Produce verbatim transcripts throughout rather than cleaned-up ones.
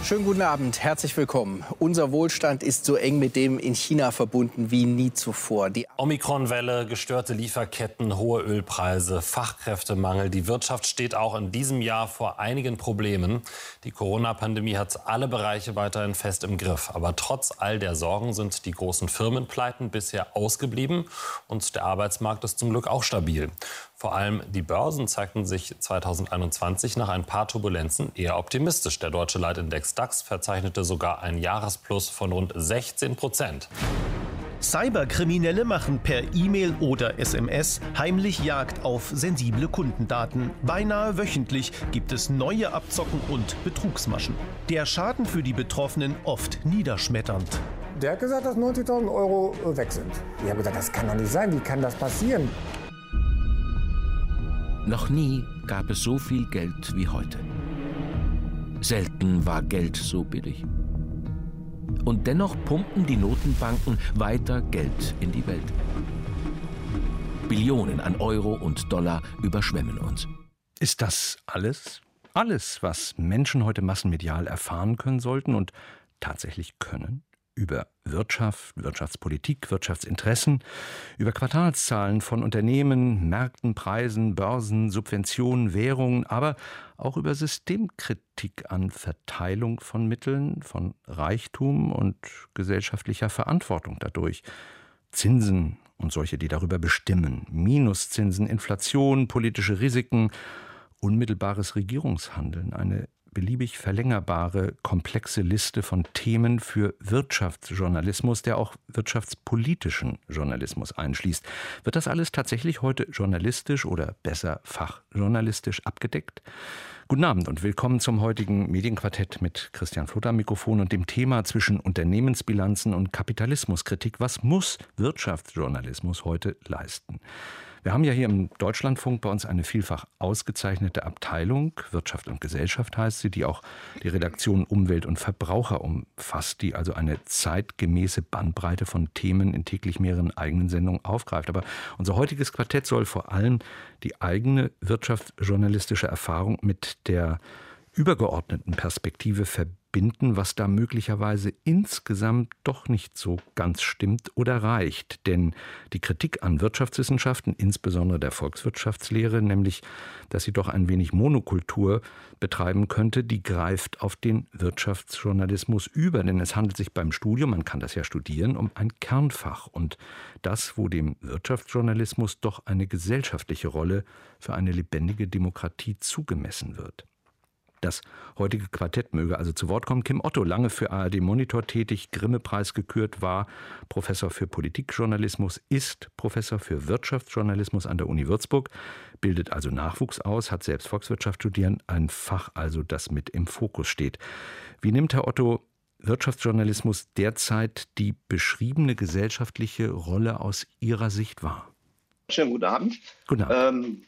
Schönen guten Abend, herzlich willkommen. Unser Wohlstand ist so eng mit dem in China verbunden wie nie zuvor. Die Omikron-Welle, gestörte Lieferketten, hohe Ölpreise, Fachkräftemangel. Die Wirtschaft steht auch in diesem Jahr vor einigen Problemen. Die Corona-Pandemie hat alle Bereiche weiterhin fest im Griff. Aber trotz all der Sorgen sind die großen Firmenpleiten bisher ausgeblieben. Und der Arbeitsmarkt ist zum Glück auch stabil. Vor allem die Börsen zeigten sich zweitausendeinundzwanzig nach ein paar Turbulenzen eher optimistisch. Der deutsche Leitindex DAX verzeichnete sogar ein Jahresplus von rund sechzehn Prozent. Cyberkriminelle machen per E-Mail oder S M S heimlich Jagd auf sensible Kundendaten. Beinahe wöchentlich gibt es neue Abzocken und Betrugsmaschen. Der Schaden für die Betroffenen oft niederschmetternd. Der hat gesagt, dass neunzigtausend Euro weg sind. Ich habe gesagt, das kann doch nicht sein. Wie kann das passieren? Noch nie gab es so viel Geld wie heute. Selten war Geld so billig. Und dennoch pumpen die Notenbanken weiter Geld in die Welt. Billionen an Euro und Dollar überschwemmen uns. Ist das alles? Alles, was Menschen heute massenmedial erfahren können sollten und tatsächlich können? Über Wirtschaft, Wirtschaftspolitik, Wirtschaftsinteressen, über Quartalszahlen von Unternehmen, Märkten, Preisen, Börsen, Subventionen, Währungen, aber auch über Systemkritik an Verteilung von Mitteln, von Reichtum und gesellschaftlicher Verantwortung dadurch. Zinsen und solche, die darüber bestimmen, Minuszinsen, Inflation, politische Risiken, unmittelbares Regierungshandeln, eine beliebig verlängerbare, komplexe Liste von Themen für Wirtschaftsjournalismus, der auch wirtschaftspolitischen Journalismus einschließt. Wird das alles tatsächlich heute journalistisch oder besser fachjournalistisch abgedeckt? Guten Abend und willkommen zum heutigen Medienquartett mit Christian Floth am Mikrofon und dem Thema zwischen Unternehmensbilanzen und Kapitalismuskritik. Was muss Wirtschaftsjournalismus heute leisten? Wir haben ja hier im Deutschlandfunk bei uns eine vielfach ausgezeichnete Abteilung, Wirtschaft und Gesellschaft heißt sie, die auch die Redaktion Umwelt und Verbraucher umfasst, die also eine zeitgemäße Bandbreite von Themen in täglich mehreren eigenen Sendungen aufgreift. Aber unser heutiges Quartett soll vor allem die eigene wirtschaftsjournalistische Erfahrung mit der übergeordneten Perspektive verbinden, was da möglicherweise insgesamt doch nicht so ganz stimmt oder reicht. Denn die Kritik an Wirtschaftswissenschaften, insbesondere der Volkswirtschaftslehre, nämlich, dass sie doch ein wenig Monokultur betreiben könnte, die greift auf den Wirtschaftsjournalismus über. Denn es handelt sich beim Studium, man kann das ja studieren, um ein Kernfach. Und das, wo dem Wirtschaftsjournalismus doch eine gesellschaftliche Rolle für eine lebendige Demokratie zugemessen wird. Das heutige Quartett möge also zu Wort kommen. Kim Otto, lange für A R D Monitor tätig, Grimme-Preis gekürt, war Professor für Politikjournalismus, ist Professor für Wirtschaftsjournalismus an der Uni Würzburg, bildet also Nachwuchs aus, hat selbst Volkswirtschaft studiert, ein Fach also, das mit im Fokus steht. Wie nimmt Herr Otto Wirtschaftsjournalismus derzeit die beschriebene gesellschaftliche Rolle aus Ihrer Sicht wahr? Schönen guten Abend. Guten Abend. Ähm,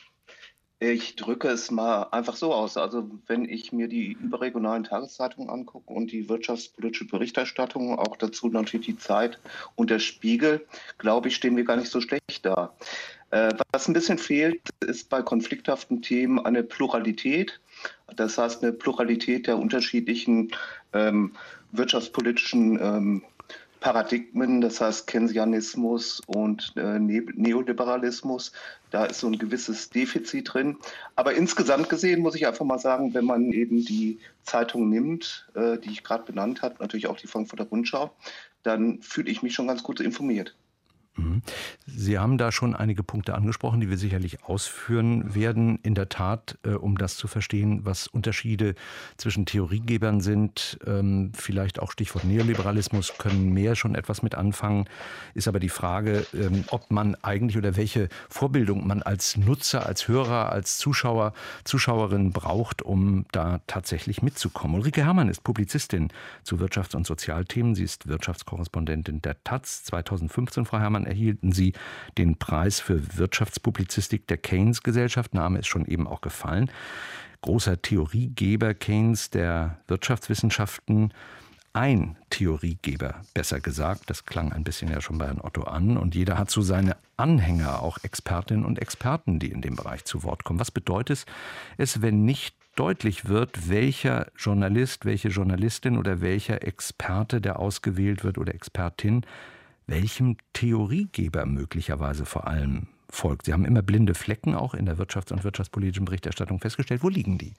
Ich drücke es mal einfach so aus. Also wenn ich mir die überregionalen Tageszeitungen angucke und die wirtschaftspolitische Berichterstattung, auch dazu natürlich die Zeit und der Spiegel, glaube ich, stehen wir gar nicht so schlecht da. Äh, was ein bisschen fehlt, ist bei konflikthaften Themen eine Pluralität. Das heißt eine Pluralität der unterschiedlichen ähm, wirtschaftspolitischen ähm, Paradigmen, das heißt Keynesianismus und äh, Neoliberalismus. Da ist so ein gewisses Defizit drin. Aber insgesamt gesehen muss ich einfach mal sagen, wenn man eben die Zeitung nimmt, äh, die ich gerade benannt habe, natürlich auch die Frankfurter Rundschau, dann fühle ich mich schon ganz gut informiert. Sie haben da schon einige Punkte angesprochen, die wir sicherlich ausführen werden. In der Tat, äh, um das zu verstehen, was Unterschiede zwischen Theoriegebern sind, ähm, vielleicht auch Stichwort Neoliberalismus, können mehr schon etwas mit anfangen, ist aber die Frage, ähm, ob man eigentlich oder welche Vorbildung man als Nutzer, als Hörer, als Zuschauer, Zuschauerin braucht, um da tatsächlich mitzukommen. Ulrike Herrmann ist Publizistin zu Wirtschafts- und Sozialthemen. Sie ist Wirtschaftskorrespondentin der Taz. zweitausendfünfzehn, Frau Herrmann, erhielten Sie den Preis für Wirtschaftspublizistik der Keynes-Gesellschaft. Name ist schon eben auch gefallen. Großer Theoriegeber Keynes der Wirtschaftswissenschaften. Ein Theoriegeber, besser gesagt, das klang ein bisschen ja schon bei Herrn Otto an. Und jeder hat so seine Anhänger, auch Expertinnen und Experten, die in dem Bereich zu Wort kommen. Was bedeutet es, wenn nicht deutlich wird, welcher Journalist, welche Journalistin oder welcher Experte, der ausgewählt wird oder Expertin, welchem Theoriegeber möglicherweise vor allem folgt. Sie haben immer blinde Flecken auch in der wirtschafts- und wirtschaftspolitischen Berichterstattung festgestellt. Wo liegen die?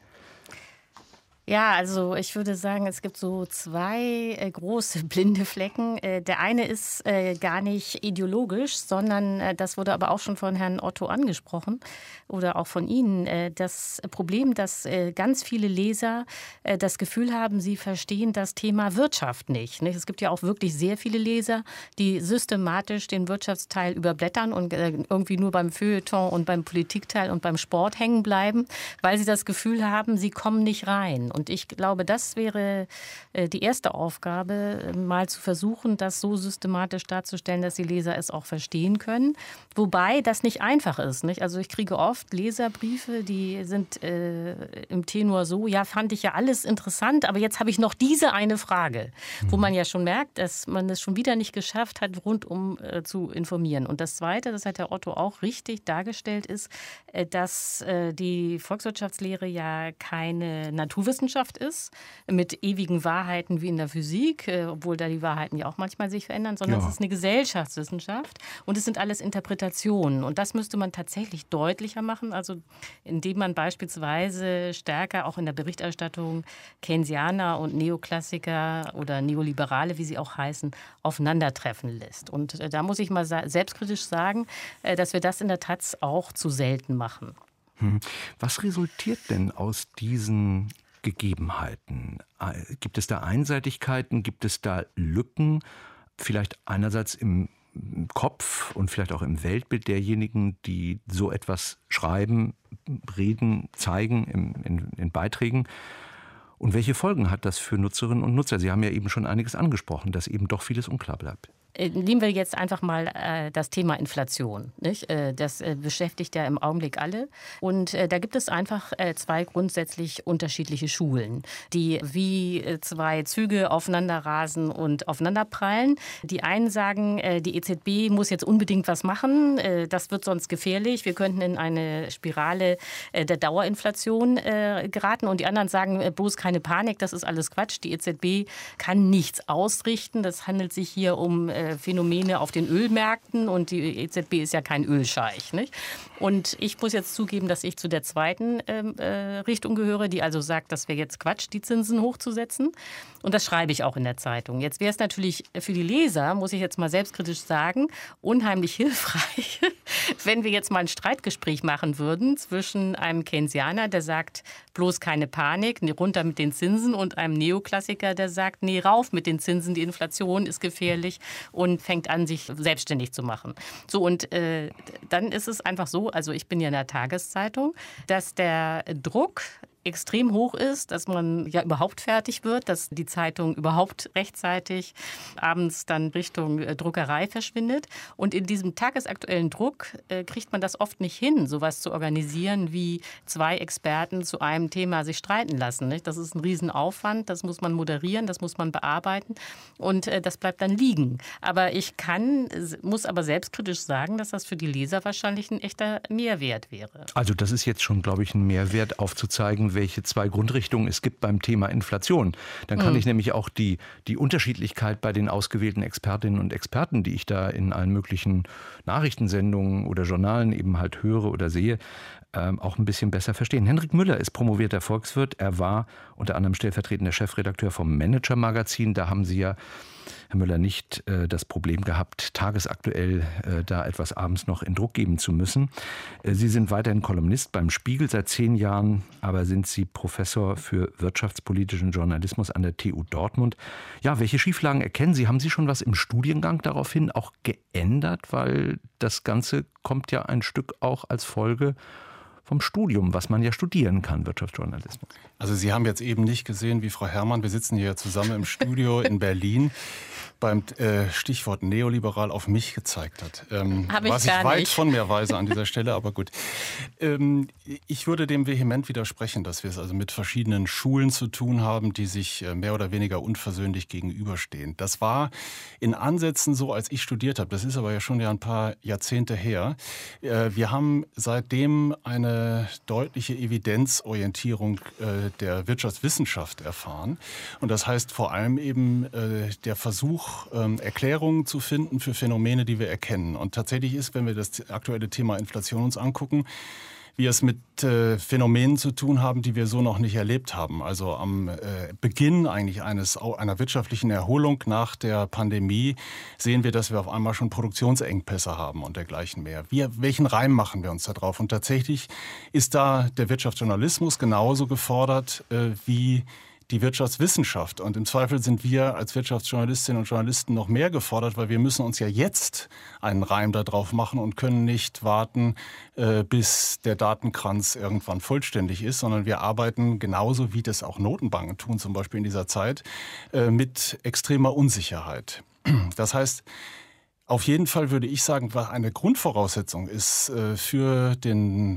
Ja, also ich würde sagen, es gibt so zwei äh, große blinde Flecken. Äh, der eine ist äh, gar nicht ideologisch, sondern äh, das wurde aber auch schon von Herrn Otto angesprochen oder auch von Ihnen. Äh, das Problem, dass äh, ganz viele Leser äh, das Gefühl haben, sie verstehen das Thema Wirtschaft nicht, nicht. Es gibt ja auch wirklich sehr viele Leser, die systematisch den Wirtschaftsteil überblättern und äh, irgendwie nur beim Feuilleton und beim Politikteil und beim Sport hängen bleiben, weil sie das Gefühl haben, sie kommen nicht rein. Und ich glaube, das wäre die erste Aufgabe, mal zu versuchen, das so systematisch darzustellen, dass die Leser es auch verstehen können. Wobei das nicht einfach ist, nicht? Also ich kriege oft Leserbriefe, die sind äh, im Tenor so, ja, fand ich ja alles interessant, aber jetzt habe ich noch diese eine Frage, mhm. wo man ja schon merkt, dass man es schon wieder nicht geschafft hat, rundum äh, zu informieren. Und das Zweite, das hat Herr Otto auch richtig dargestellt, ist, äh, dass äh, die Volkswirtschaftslehre ja keine Naturwissenschaft ist, mit ewigen Wahrheiten wie in der Physik, äh, obwohl da die Wahrheiten ja auch manchmal sich verändern, sondern ja. es ist eine Gesellschaftswissenschaft und es sind alles Interpretationen. Und das müsste man tatsächlich deutlicher machen, also indem man beispielsweise stärker auch in der Berichterstattung Keynesianer und Neoklassiker oder Neoliberale, wie sie auch heißen, aufeinandertreffen lässt. Und äh, da muss ich mal sa- selbstkritisch sagen, äh, dass wir das in der Taz auch zu selten machen. Hm. Was resultiert denn aus diesen Gegebenheiten? Gibt es da Einseitigkeiten? Gibt es da Lücken? Vielleicht einerseits im Kopf und vielleicht auch im Weltbild derjenigen, die so etwas schreiben, reden, zeigen in, in, in Beiträgen. Und welche Folgen hat das für Nutzerinnen und Nutzer? Sie haben ja eben schon einiges angesprochen, dass eben doch vieles unklar bleibt. Nehmen wir jetzt einfach mal äh, das Thema Inflation. Nicht? Äh, das äh, beschäftigt ja im Augenblick alle. Und äh, da gibt es einfach äh, zwei grundsätzlich unterschiedliche Schulen, die wie äh, zwei Züge aufeinander rasen und aufeinander prallen. Die einen sagen, äh, die E Z B muss jetzt unbedingt was machen. Äh, das wird sonst gefährlich. Wir könnten in eine Spirale äh, der Dauerinflation äh, geraten. Und die anderen sagen, äh, bloß keine Panik, das ist alles Quatsch. Die E Z B kann nichts ausrichten. Das handelt sich hier um äh, Phänomene auf den Ölmärkten und die E Z B ist ja kein Ölscheich. Nicht? Und ich muss jetzt zugeben, dass ich zu der zweiten äh, Richtung gehöre, die also sagt, das wäre jetzt Quatsch, die Zinsen hochzusetzen. Und das schreibe ich auch in der Zeitung. Jetzt wäre es natürlich für die Leser, muss ich jetzt mal selbstkritisch sagen, unheimlich hilfreich, wenn wir jetzt mal ein Streitgespräch machen würden zwischen einem Keynesianer, der sagt, bloß keine Panik, nee, runter mit den Zinsen, und einem Neoklassiker, der sagt, nee, rauf mit den Zinsen, die Inflation ist gefährlich, und fängt an, sich selbstständig zu machen. So, und äh, dann ist es einfach so, also ich bin ja in der Tageszeitung, dass der Druck extrem hoch ist, dass man ja überhaupt fertig wird, dass die Zeitung überhaupt rechtzeitig abends dann Richtung äh, Druckerei verschwindet. Und in diesem tagesaktuellen Druck äh, kriegt man das oft nicht hin, sowas zu organisieren, wie zwei Experten zu einem Thema sich streiten lassen. Nicht? Das ist ein Riesenaufwand, das muss man moderieren, das muss man bearbeiten und äh, das bleibt dann liegen. Aber ich kann, muss aber selbstkritisch sagen, dass das für die Leser wahrscheinlich ein echter Mehrwert wäre. Also das ist jetzt schon, glaube ich, ein Mehrwert aufzuzeigen, welche zwei Grundrichtungen es gibt beim Thema Inflation. Dann kann mhm. ich nämlich auch die, die Unterschiedlichkeit bei den ausgewählten Expertinnen und Experten, die ich da in allen möglichen Nachrichtensendungen oder Journalen eben halt höre oder sehe, ähm, auch ein bisschen besser verstehen. Henrik Müller ist promovierter Volkswirt. Er war unter anderem stellvertretender Chefredakteur vom Manager-Magazin. Da haben Sie ja, Herr Müller, nicht äh, das Problem gehabt, tagesaktuell äh, da etwas abends noch in Druck geben zu müssen. Äh, Sie sind weiterhin Kolumnist beim Spiegel seit zehn Jahren, aber sind Sie Professor für wirtschaftspolitischen Journalismus an der T U Dortmund. Ja, welche Schieflagen erkennen Sie? Haben Sie schon was im Studiengang daraufhin auch geändert? Weil das Ganze kommt ja ein Stück auch als Folge vom Studium, was man ja studieren kann, Wirtschaftsjournalismus. Also Sie haben jetzt eben nicht gesehen, wie Frau Herrmann, wir sitzen hier zusammen im Studio in Berlin, beim äh, Stichwort neoliberal auf mich gezeigt hat. Ähm, Hab ich was ich gar weit nicht. von mir weise an dieser Stelle, aber gut. Ähm, ich würde dem vehement widersprechen, dass wir es also mit verschiedenen Schulen zu tun haben, die sich äh, mehr oder weniger unversöhnlich gegenüberstehen. Das war in Ansätzen so, als ich studiert habe. Das ist aber ja schon ja ein paar Jahrzehnte her. Äh, wir haben seitdem eine eine deutliche Evidenzorientierung äh, der Wirtschaftswissenschaft erfahren. Und das heißt vor allem eben äh, der Versuch, ähm, Erklärungen zu finden für Phänomene, die wir erkennen. Und tatsächlich ist, wenn wir das aktuelle Thema Inflation uns angucken, wir es mit äh, Phänomenen zu tun haben, die wir so noch nicht erlebt haben. Also am äh, Beginn eigentlich eines, einer wirtschaftlichen Erholung nach der Pandemie sehen wir, dass wir auf einmal schon Produktionsengpässe haben und dergleichen mehr. Wir, welchen Reim machen wir uns da drauf? Und tatsächlich ist da der Wirtschaftsjournalismus genauso gefordert äh, wie die Wirtschaftswissenschaft. Und im Zweifel sind wir als Wirtschaftsjournalistinnen und Journalisten noch mehr gefordert, weil wir müssen uns ja jetzt einen Reim da drauf machen und können nicht warten, äh, bis der Datenkranz irgendwann vollständig ist, sondern wir arbeiten genauso, wie das auch Notenbanken tun, zum Beispiel in dieser Zeit, äh, mit extremer Unsicherheit. Das heißt, auf jeden Fall würde ich sagen, was eine Grundvoraussetzung ist äh, für den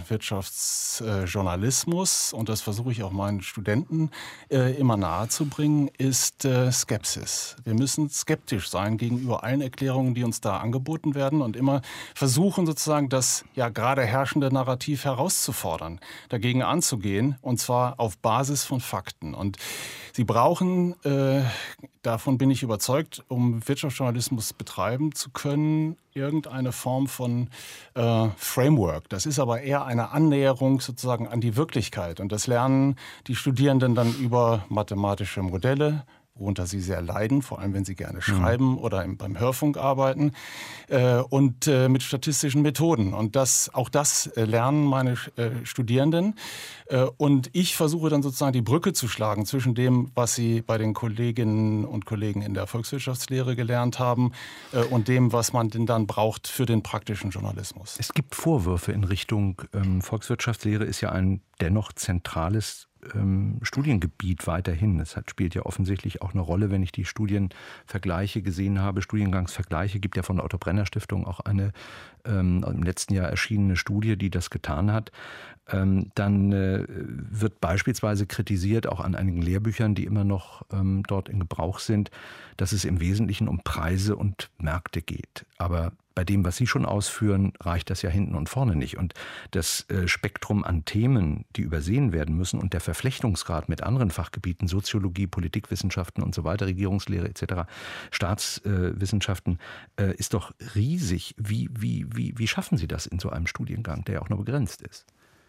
Wirtschaftsjournalismus, äh, und das versuche ich auch meinen Studenten äh, immer nahezubringen, ist äh, Skepsis. Wir müssen skeptisch sein gegenüber allen Erklärungen, die uns da angeboten werden, und immer versuchen sozusagen das ja gerade herrschende Narrativ herauszufordern, dagegen anzugehen, und zwar auf Basis von Fakten. Und Sie brauchen, äh, davon bin ich überzeugt, um Wirtschaftsjournalismus betreiben zu können, irgendeine Form von äh, Framework. Das ist aber eher eine Annäherung sozusagen an die Wirklichkeit. Und das lernen die Studierenden dann über mathematische Modelle, worunter sie sehr leiden, vor allem wenn sie gerne schreiben mhm. oder im, beim Hörfunk arbeiten, äh, und äh, mit statistischen Methoden. Und das, auch das äh, lernen meine äh, Studierenden. Äh, und ich versuche dann sozusagen die Brücke zu schlagen zwischen dem, was sie bei den Kolleginnen und Kollegen in der Volkswirtschaftslehre gelernt haben, äh, und dem, was man denn dann braucht für den praktischen Journalismus. Es gibt Vorwürfe in Richtung ähm, Volkswirtschaftslehre ist ja ein dennoch zentrales Ähm, Studiengebiet weiterhin. Es hat, spielt ja offensichtlich auch eine Rolle, wenn ich die Studienvergleiche gesehen habe. Studiengangsvergleiche, gibt ja von der Otto-Brenner-Stiftung auch eine ähm, im letzten Jahr erschienene Studie, die das getan hat. Ähm, dann äh, wird beispielsweise kritisiert, auch an einigen Lehrbüchern, die immer noch ähm, dort in Gebrauch sind, dass es im Wesentlichen um Preise und Märkte geht. Aber bei dem, was Sie schon ausführen, reicht das ja hinten und vorne nicht. Und das äh, Spektrum an Themen, die übersehen werden müssen, und der Verflechtungsgrad mit anderen Fachgebieten, Soziologie, Politikwissenschaften und so weiter, Regierungslehre et cetera, Staatswissenschaften, äh, äh, ist doch riesig. Wie, wie, wie, wie schaffen Sie das in so einem Studiengang, der ja auch nur begrenzt ist?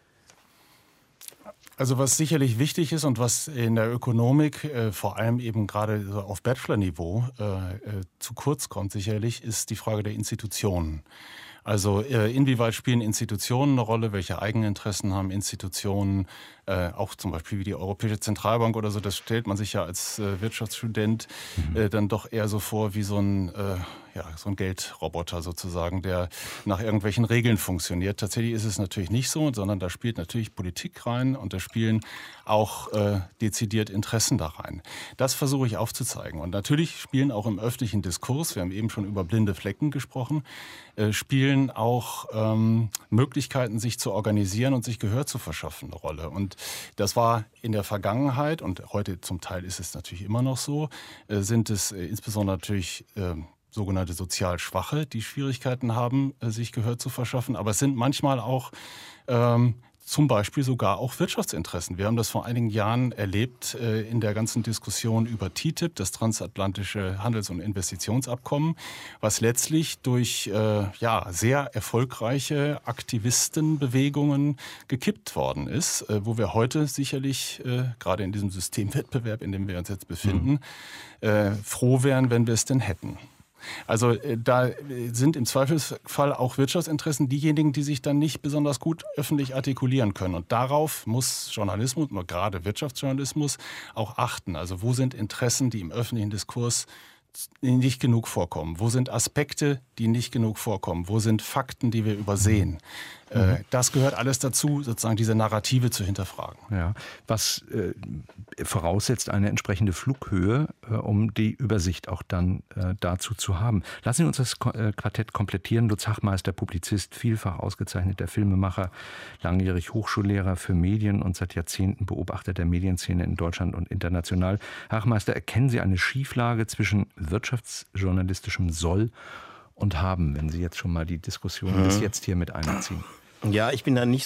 Also was sicherlich wichtig ist und was in der Ökonomik äh, vor allem eben gerade so auf Bachelor-Niveau äh, äh, zu kurz kommt sicherlich, ist die Frage der Institutionen. Also äh, inwieweit spielen Institutionen eine Rolle, welche Eigeninteressen haben Institutionen, äh, auch zum Beispiel wie die Europäische Zentralbank oder so, das stellt man sich ja als äh, Wirtschaftsstudent mhm. äh, dann doch eher so vor wie so ein, äh, ja, so ein Geldroboter sozusagen, der nach irgendwelchen Regeln funktioniert. Tatsächlich ist es natürlich nicht so, sondern da spielt natürlich Politik rein und da spielen auch äh, dezidiert Interessen da rein. Das versuche ich aufzuzeigen. Und natürlich spielen auch im öffentlichen Diskurs, wir haben eben schon über blinde Flecken gesprochen, äh, spielen auch ähm, Möglichkeiten, sich zu organisieren und sich Gehör zu verschaffen, eine Rolle. Und das war in der Vergangenheit, und heute zum Teil ist es natürlich immer noch so, äh, sind es äh, insbesondere natürlich äh, sogenannte sozial Schwache, die Schwierigkeiten haben, äh, sich Gehör zu verschaffen. Aber es sind manchmal auch ähm, zum Beispiel sogar auch Wirtschaftsinteressen. Wir haben das vor einigen Jahren erlebt äh, in der ganzen Diskussion über T T I P, das transatlantische Handels- und Investitionsabkommen, was letztlich durch äh, ja, sehr erfolgreiche Aktivistenbewegungen gekippt worden ist, äh, wo wir heute sicherlich, äh, gerade in diesem Systemwettbewerb, in dem wir uns jetzt befinden, mhm. äh, froh wären, wenn wir es denn hätten. Also äh, da sind im Zweifelsfall auch Wirtschaftsinteressen diejenigen, die sich dann nicht besonders gut öffentlich artikulieren können. Und darauf muss Journalismus, nur gerade Wirtschaftsjournalismus, auch achten. Also wo sind Interessen, die im öffentlichen Diskurs nicht genug vorkommen? Wo sind Aspekte, die nicht genug vorkommen? Wo sind Fakten, die wir übersehen? Mhm. Das gehört alles dazu, sozusagen diese Narrative zu hinterfragen. Ja, was äh, voraussetzt eine entsprechende Flughöhe, äh, um die Übersicht auch dann äh, dazu zu haben. Lassen Sie uns das äh, Quartett komplettieren. Lutz Hachmeister, Publizist, vielfach ausgezeichneter Filmemacher, langjährig Hochschullehrer für Medien und seit Jahrzehnten Beobachter der Medienszene in Deutschland und international. Hachmeister, erkennen Sie eine Schieflage zwischen wirtschaftsjournalistischem Soll und Haben, wenn Sie jetzt schon mal die Diskussion mhm. bis jetzt hier mit einbeziehen? Ja, ich bin da nicht so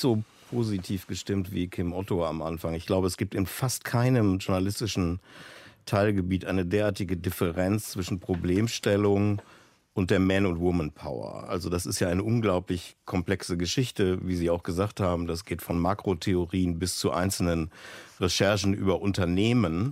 positiv gestimmt wie Kim Otto am Anfang. Ich glaube, es gibt in fast keinem journalistischen Teilgebiet eine derartige Differenz zwischen Problemstellung und der Man- und Woman-Power. Also das ist ja eine unglaublich komplexe Geschichte, wie Sie auch gesagt haben. Das geht von Makrotheorien bis zu einzelnen Recherchen über Unternehmen.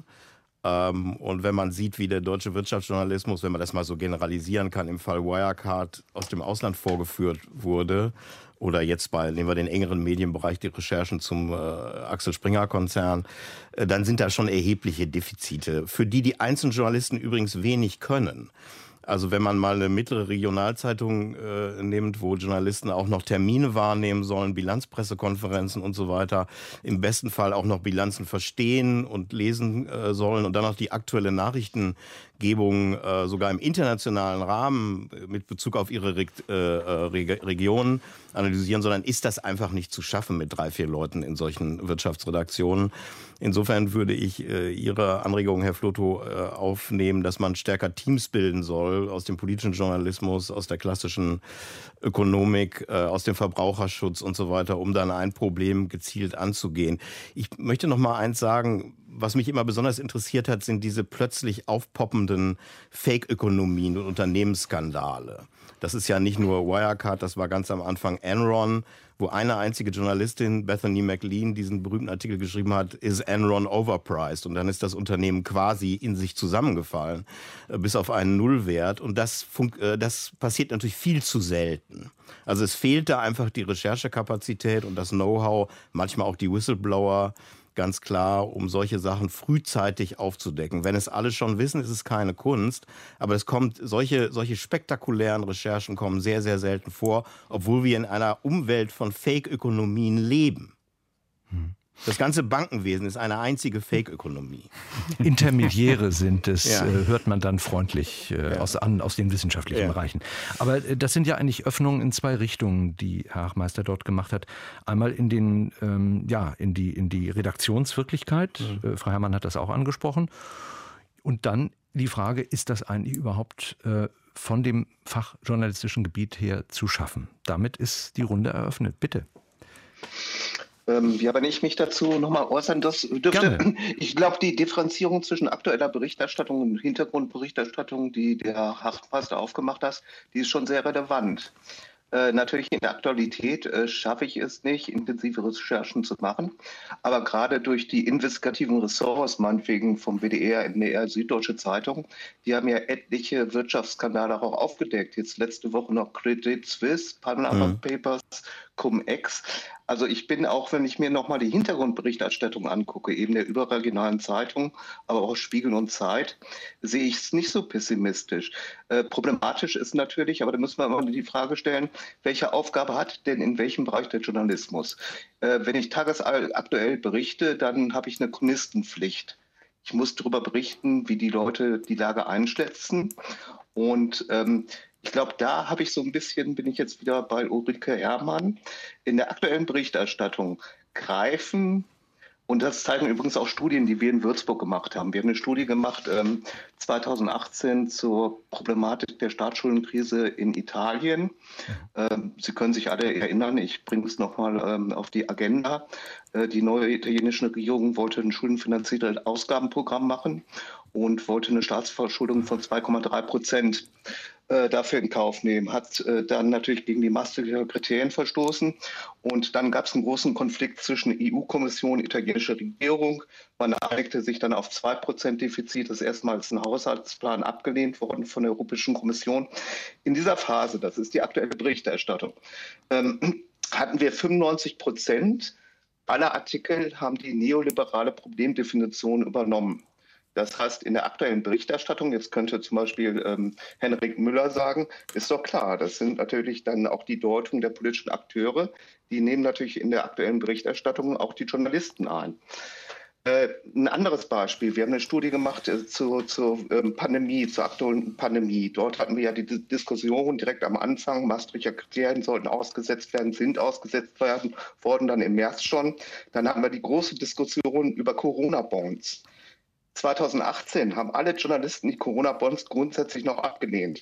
Und wenn man sieht, wie der deutsche Wirtschaftsjournalismus, wenn man das mal so generalisieren kann, im Fall Wirecard aus dem Ausland vorgeführt wurde, oder jetzt bei, nehmen wir den engeren Medienbereich, die Recherchen zum äh, Axel Springer-Konzern, äh, dann sind da schon erhebliche Defizite, für die die einzelnen Journalisten übrigens wenig können. Also wenn man mal eine mittlere Regionalzeitung äh, nimmt, wo Journalisten auch noch Termine wahrnehmen sollen, Bilanzpressekonferenzen und so weiter, im besten Fall auch noch Bilanzen verstehen und lesen äh, sollen und dann noch die aktuelle Nachrichtengebung äh, sogar im internationalen Rahmen mit Bezug auf ihre Reg äh, Reg Regionen analysieren, sondern ist das einfach nicht zu schaffen mit drei, vier Leuten in solchen Wirtschaftsredaktionen. Insofern würde ich äh, Ihre Anregung, Herr Flotho, äh, aufnehmen, dass man stärker Teams bilden soll aus dem politischen Journalismus, aus der klassischen Ökonomik, äh, aus dem Verbraucherschutz und so weiter, um dann ein Problem gezielt anzugehen. Ich möchte noch mal eins sagen, was mich immer besonders interessiert hat, sind diese plötzlich aufpoppenden Fake-Ökonomien und Unternehmensskandale. Das ist ja nicht nur Wirecard, das war ganz am Anfang Enron, wo eine einzige Journalistin, Bethany McLean, diesen berühmten Artikel geschrieben hat, is Enron overpriced? Und dann ist das Unternehmen quasi in sich zusammengefallen, bis auf einen Nullwert. Und das, das passiert natürlich viel zu selten. Also es fehlt da einfach die Recherchekapazität und das Know-how, manchmal auch die Whistleblower, ganz klar, um solche Sachen frühzeitig aufzudecken. Wenn es alle schon wissen, ist es keine Kunst, aber es kommt, solche, solche spektakulären Recherchen kommen sehr, sehr selten vor, obwohl wir in einer Umwelt von Fake-Ökonomien leben. Hm. Das ganze Bankenwesen ist eine einzige Fake-Ökonomie. Intermediäre sind es, ja. äh, hört man dann freundlich äh, ja. aus, an, aus den wissenschaftlichen ja. Bereichen. Aber äh, das sind ja eigentlich Öffnungen in zwei Richtungen, die Herr Hachmeister dort gemacht hat. Einmal in, den, ähm, ja, in, die, in die Redaktionswirklichkeit, mhm. äh, Frau Herrmann hat das auch angesprochen. Und dann die Frage, ist das eigentlich überhaupt äh, von dem fachjournalistischen Gebiet her zu schaffen? Damit ist die Runde eröffnet. Bitte. Ähm, ja, wenn ich mich dazu nochmal äußern das dürfte. Gerne. Ich glaube, die Differenzierung zwischen aktueller Berichterstattung und Hintergrundberichterstattung, die der Hachmeister aufgemacht hat, die ist schon sehr relevant. Äh, natürlich in der Aktualität äh, schaffe ich es nicht, intensive Recherchen zu machen. Aber gerade durch die investigativen Ressorts, meinetwegen vom W D R, N D R, Süddeutsche Zeitung, die haben ja etliche Wirtschaftsskandale auch aufgedeckt. Jetzt letzte Woche noch Credit Suisse, Panama mhm. Papers, Cum-Ex. Also ich bin auch, wenn ich mir nochmal die Hintergrundberichterstattung angucke, eben der überregionalen Zeitung, aber auch Spiegel und Zeit, sehe ich es nicht so pessimistisch. Äh, problematisch ist natürlich, aber da müssen wir mal die Frage stellen, welche Aufgabe hat denn in welchem Bereich der Journalismus? Äh, wenn ich tagesaktuell berichte, dann habe ich eine Chronistenpflicht. Ich muss darüber berichten, wie die Leute die Lage einschätzen. Und ähm, ich glaube, da habe ich so ein bisschen, bin ich jetzt wieder bei Ulrike Herrmann, in der aktuellen Berichterstattung greifen, und das zeigen übrigens auch Studien, die wir in Würzburg gemacht haben. Wir haben eine Studie gemacht ähm, zweitausendachtzehn zur Problematik der Staatsschuldenkrise in Italien. Ähm, Sie können sich alle erinnern, ich bringe es nochmal ähm, auf die Agenda. Äh, die neue italienische Regierung wollte ein schuldenfinanziertes Ausgabenprogramm machen und wollte eine Staatsverschuldung von zwei Komma drei Prozent dafür in Kauf nehmen, hat äh, dann natürlich gegen die Maastrichter Kriterien verstoßen. Und dann gab es einen großen Konflikt zwischen E U-Kommission und italienischer Regierung. Man einigte sich dann auf zwei Prozent Defizit. Das ist erstmals ein Haushaltsplan abgelehnt worden von der Europäischen Kommission. In dieser Phase, das ist die aktuelle Berichterstattung, ähm, hatten wir fünfundneunzig Prozent aller Artikel haben die neoliberale Problemdefinition übernommen. Das heißt, in der aktuellen Berichterstattung, jetzt könnte zum Beispiel ähm, Henrik Müller sagen, ist doch klar, das sind natürlich dann auch die Deutung der politischen Akteure, die nehmen natürlich in der aktuellen Berichterstattung auch die Journalisten ein. Äh, ein anderes Beispiel, wir haben eine Studie gemacht äh, zur, zur ähm, Pandemie, zur aktuellen Pandemie. Dort hatten wir ja die D- Diskussion direkt am Anfang, Maastrichter Kriterien sollten ausgesetzt werden, sind ausgesetzt werden, worden dann im März schon. Dann hatten wir die große Diskussion über Corona-Bonds. zweitausendachtzehn haben alle Journalisten die Corona-Bonds grundsätzlich noch abgelehnt.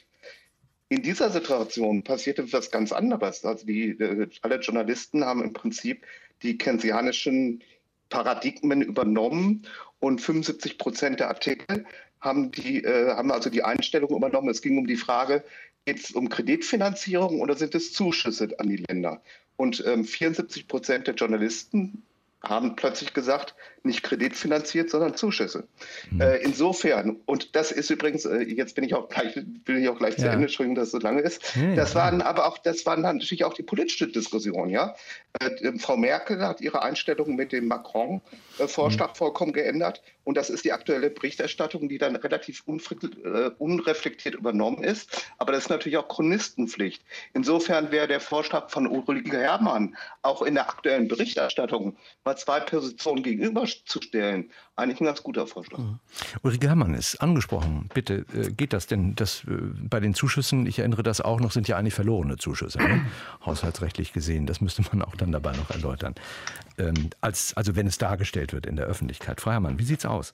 In dieser Situation passierte etwas ganz anderes. Also die, äh, alle Journalisten haben im Prinzip die keynesianischen Paradigmen übernommen und fünfundsiebzig Prozent der Artikel haben, die, äh, haben also die Einstellung übernommen. Es ging um die Frage, geht es um Kreditfinanzierung oder sind es Zuschüsse an die Länder? Und ähm, vierundsiebzig Prozent der Journalisten haben plötzlich gesagt, nicht kreditfinanziert, sondern Zuschüsse. Mhm. Äh, insofern, und das ist übrigens, äh, jetzt bin ich auch gleich, will ich auch gleich ja. zu Ende, Entschuldigung, dass es so lange ist. Ja, das ja. waren aber auch, das waren natürlich auch die politische Diskussion, ja. Äh, Frau Merkel hat ihre Einstellung mit dem Macron-Vorschlag mhm. vollkommen geändert. Und das ist die aktuelle Berichterstattung, die dann relativ äh, unreflektiert übernommen ist. Aber das ist natürlich auch Chronistenpflicht. Insofern wäre der Vorschlag von Ulrike Herrmann auch in der aktuellen Berichterstattung mal zwei Positionen gegenüberzustellen, eigentlich ein ganz guter Vorschlag. Mhm. Ulrike Herrmann ist angesprochen. Bitte, äh, geht das denn? Das, äh, bei den Zuschüssen, ich erinnere das auch noch, sind ja eigentlich verlorene Zuschüsse, ne? Haushaltsrechtlich gesehen. Das müsste man auch dann dabei noch erläutern. Ähm, als, also wenn es dargestellt wird in der Öffentlichkeit. Frau Herrmann, wie sieht's aus?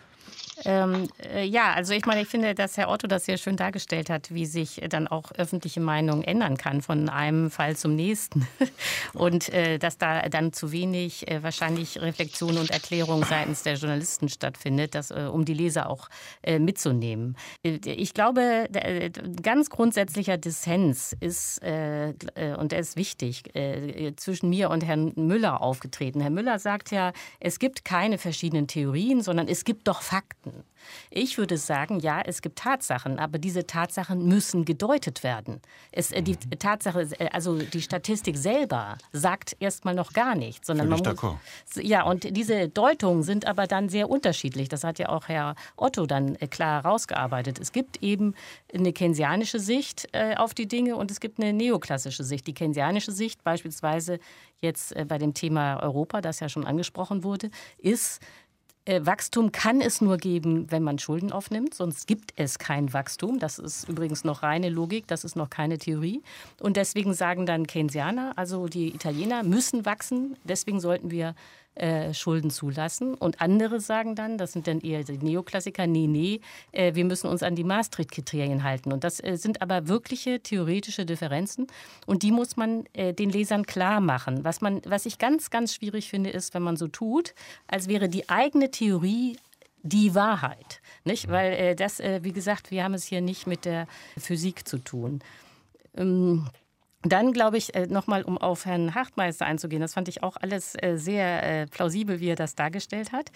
Ähm, äh, ja, also ich meine, ich finde, dass Herr Otto das sehr schön dargestellt hat, wie sich dann auch öffentliche Meinung ändern kann von einem Fall zum nächsten. Und äh, dass da dann zu wenig äh, wahrscheinlich Reflexion und Erklärung seitens der Journalisten stattfindet, das, äh, um die Leser auch äh, mitzunehmen. Ich glaube, der, ganz grundsätzlicher Dissens ist, äh, und der ist wichtig, äh, zwischen mir und Herrn Müller aufgetreten. Herr Müller sagt ja, es gibt keine verschiedenen Theorien, sondern es gibt doch Fakten. Ich würde sagen, ja, es gibt Tatsachen, aber diese Tatsachen müssen gedeutet werden. Es, die Tatsache, also die Statistik selber sagt erstmal noch gar nichts, sondern man muss, ja, und diese Deutungen sind aber dann sehr unterschiedlich. Das hat ja auch Herr Otto dann klar herausgearbeitet. Es gibt eben eine keynesianische Sicht äh, auf die Dinge und es gibt eine neoklassische Sicht. Die keynesianische Sicht beispielsweise jetzt äh, bei dem Thema Europa, das ja schon angesprochen wurde, ist, Wachstum kann es nur geben, wenn man Schulden aufnimmt, sonst gibt es kein Wachstum. Das ist übrigens noch reine Logik, das ist noch keine Theorie. Und deswegen sagen dann Keynesianer, also die Italiener müssen wachsen, deswegen sollten wir äh, Schulden zulassen. Und andere sagen dann, das sind dann eher die Neoklassiker, nee, nee, äh, wir müssen uns an die Maastricht-Kriterien halten. Und das äh, sind aber wirkliche theoretische Differenzen und die muss man äh, den Lesern klar machen. Was, man, was ich ganz, ganz schwierig finde, ist, wenn man so tut, als wäre die eigene Theorie die Wahrheit. Nicht? Weil äh, das, äh, wie gesagt, wir haben es hier nicht mit der Physik zu tun. Ähm, Dann glaube ich, nochmal, um auf Herrn Hartmeister einzugehen, das fand ich auch alles sehr plausibel, wie er das dargestellt hat.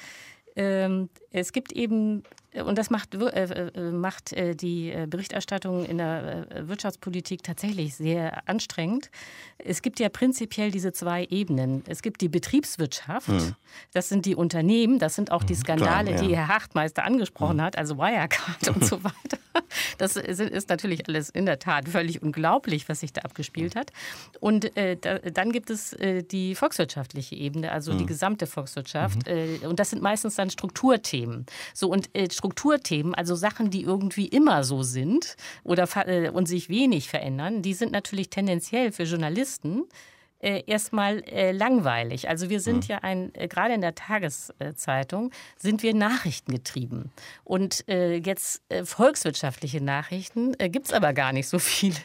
Es gibt eben, und das macht, macht die Berichterstattung in der Wirtschaftspolitik tatsächlich sehr anstrengend. Es gibt ja prinzipiell diese zwei Ebenen. Es gibt die Betriebswirtschaft, mhm. das sind die Unternehmen, das sind auch die Skandale, Klar, ja. die Herr Hartmeister angesprochen mhm. hat, also Wirecard und so weiter. Das ist natürlich alles in der Tat völlig unglaublich, was sich da abgespielt hat. Und äh, da, dann gibt es äh, die volkswirtschaftliche Ebene, also mhm. die gesamte Volkswirtschaft. Mhm. Äh, und das sind meistens dann Strukturthemen. So, und äh, Strukturthemen, also Sachen, die irgendwie immer so sind oder äh, und sich wenig verändern, die sind natürlich tendenziell für Journalisten Äh, erstmal äh, langweilig. Also wir sind mhm. ja ein, äh, gerade in der Tageszeitung sind wir nachrichtengetrieben. Und äh, jetzt äh, volkswirtschaftliche Nachrichten äh, gibt es aber gar nicht so viele,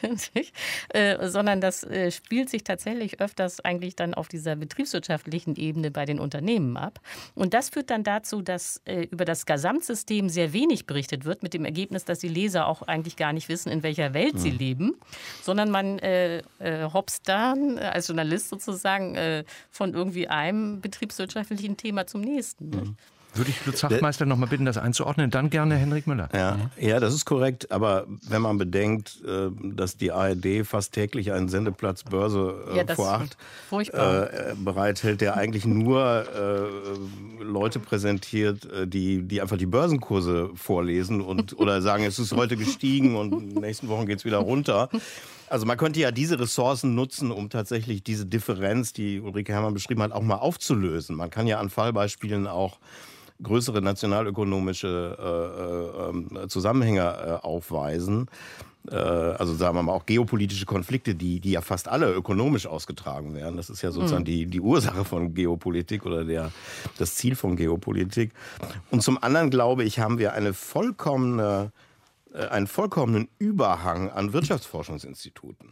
äh, sondern das äh, spielt sich tatsächlich öfters eigentlich dann auf dieser betriebswirtschaftlichen Ebene bei den Unternehmen ab. Und das führt dann dazu, dass äh, über das Gesamtsystem sehr wenig berichtet wird, mit dem Ergebnis, dass die Leser auch eigentlich gar nicht wissen, in welcher Welt mhm. sie leben, sondern man äh, äh, hopst dann als Journalist sozusagen äh, von irgendwie einem betriebswirtschaftlichen Thema zum nächsten. Mhm. Würde ich Lutz Hartmeister noch mal bitten, das einzuordnen. Dann gerne Henrik Müller. Ja, ja, das ist korrekt. Aber wenn man bedenkt, dass die A R D fast täglich einen Sendeplatz Börse ja, vor acht äh, bereithält, der eigentlich nur äh, Leute präsentiert, die, die einfach die Börsenkurse vorlesen und oder sagen, es ist heute gestiegen und in den nächsten Wochen geht es wieder runter. Also man könnte ja diese Ressourcen nutzen, um tatsächlich diese Differenz, die Ulrike Herrmann beschrieben hat, auch mal aufzulösen. Man kann ja an Fallbeispielen auch größere nationalökonomische äh, äh, Zusammenhänge äh, aufweisen. Äh, also sagen wir mal auch geopolitische Konflikte, die, die ja fast alle ökonomisch ausgetragen werden. Das ist ja sozusagen mhm. die, die Ursache von Geopolitik oder der, das Ziel von Geopolitik. Und zum anderen, glaube ich, haben wir eine vollkommene, äh, einen vollkommenen Überhang an Wirtschaftsforschungsinstituten.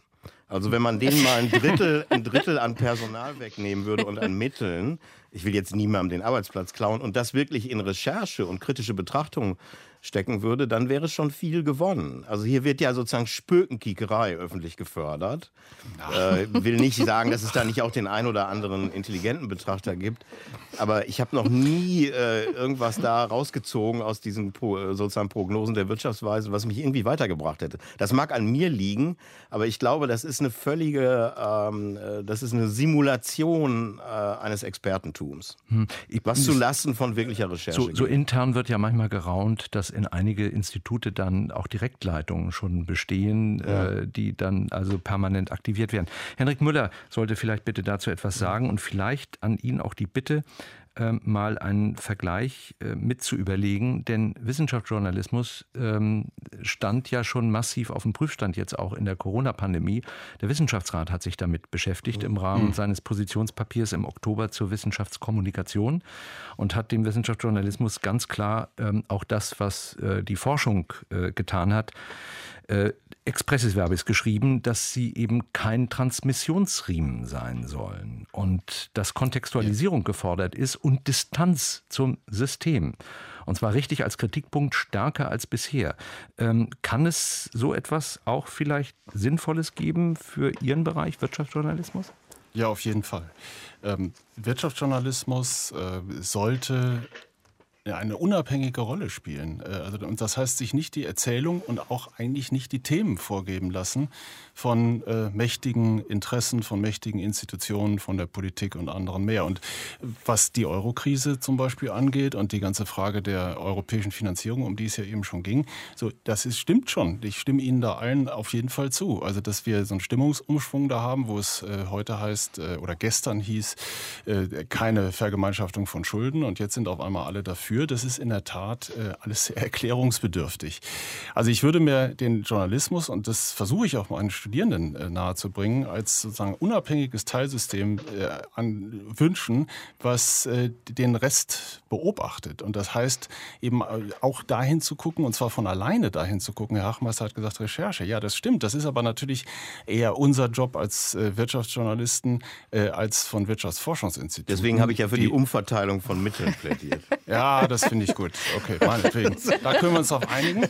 Also wenn man denen mal ein Drittel, ein Drittel an Personal wegnehmen würde und an Mitteln, ich will jetzt niemandem den Arbeitsplatz klauen, und das wirklich in Recherche und kritische Betrachtung stecken würde, dann wäre schon viel gewonnen. Also hier wird ja sozusagen Spökenkiekerei öffentlich gefördert. Äh, will nicht sagen, dass es da nicht auch den ein oder anderen intelligenten Betrachter gibt. Aber ich habe noch nie äh, irgendwas da rausgezogen aus diesen Pro, sozusagen Prognosen der Wirtschaftsweise, was mich irgendwie weitergebracht hätte. Das mag an mir liegen, aber ich glaube, das ist eine völlige, ähm, das ist eine Simulation äh, eines Expertentums. Hm. Ich, was zu Lasten von wirklicher Recherche so, so intern wird ja manchmal geraunt, dass in einige Institute dann auch Direktleitungen schon bestehen, ja. äh, die dann also permanent aktiviert werden. Henrik Müller sollte vielleicht bitte dazu etwas sagen und vielleicht an ihn auch die Bitte, äh, mal einen Vergleich äh, mit zu überlegen, denn Wissenschaftsjournalismus ähm, stand ja schon massiv auf dem Prüfstand jetzt auch in der Corona-Pandemie. Der Wissenschaftsrat hat sich damit beschäftigt im Rahmen mhm. seines Positionspapiers im Oktober zur Wissenschaftskommunikation und hat dem Wissenschaftsjournalismus ganz klar ähm, auch das, was äh, die Forschung äh, getan hat, äh, expressis verbis geschrieben, dass sie eben kein Transmissionsriemen sein sollen und dass Kontextualisierung gefordert ist und Distanz zum System. Und zwar richtig als Kritikpunkt stärker als bisher. Ähm, kann es so etwas auch vielleicht Sinnvolles geben für Ihren Bereich Wirtschaftsjournalismus? Ja, auf jeden Fall. Ähm, Wirtschaftsjournalismus äh, sollte eine unabhängige Rolle spielen. Also, und das heißt, sich nicht die Erzählung und auch eigentlich nicht die Themen vorgeben lassen von äh, mächtigen Interessen, von mächtigen Institutionen, von der Politik und anderen mehr. Und was die Euro-Krise zum Beispiel angeht und die ganze Frage der europäischen Finanzierung, um die es ja eben schon ging, so, das ist, stimmt schon. Ich stimme Ihnen da allen auf jeden Fall zu. Also, dass wir so einen Stimmungsumschwung da haben, wo es äh, heute heißt, äh, oder gestern hieß, äh, keine Vergemeinschaftung von Schulden und jetzt sind auf einmal alle dafür. Das ist in der Tat äh, alles sehr erklärungsbedürftig. Also ich würde mir den Journalismus, und das versuche ich auch meinen Studierenden äh, nahezubringen, als sozusagen unabhängiges Teilsystem äh, an, wünschen, was äh, den Rest beobachtet. Und das heißt eben auch dahin zu gucken, und zwar von alleine dahin zu gucken. Herr Hachmeister hat gesagt, Recherche. Ja, das stimmt. Das ist aber natürlich eher unser Job als äh, Wirtschaftsjournalisten äh, als von Wirtschaftsforschungsinstituten. Deswegen habe ich ja für die, die Umverteilung von Mitteln plädiert. Ja, das finde ich gut. Okay, meinetwegen. Da können wir uns darauf einigen.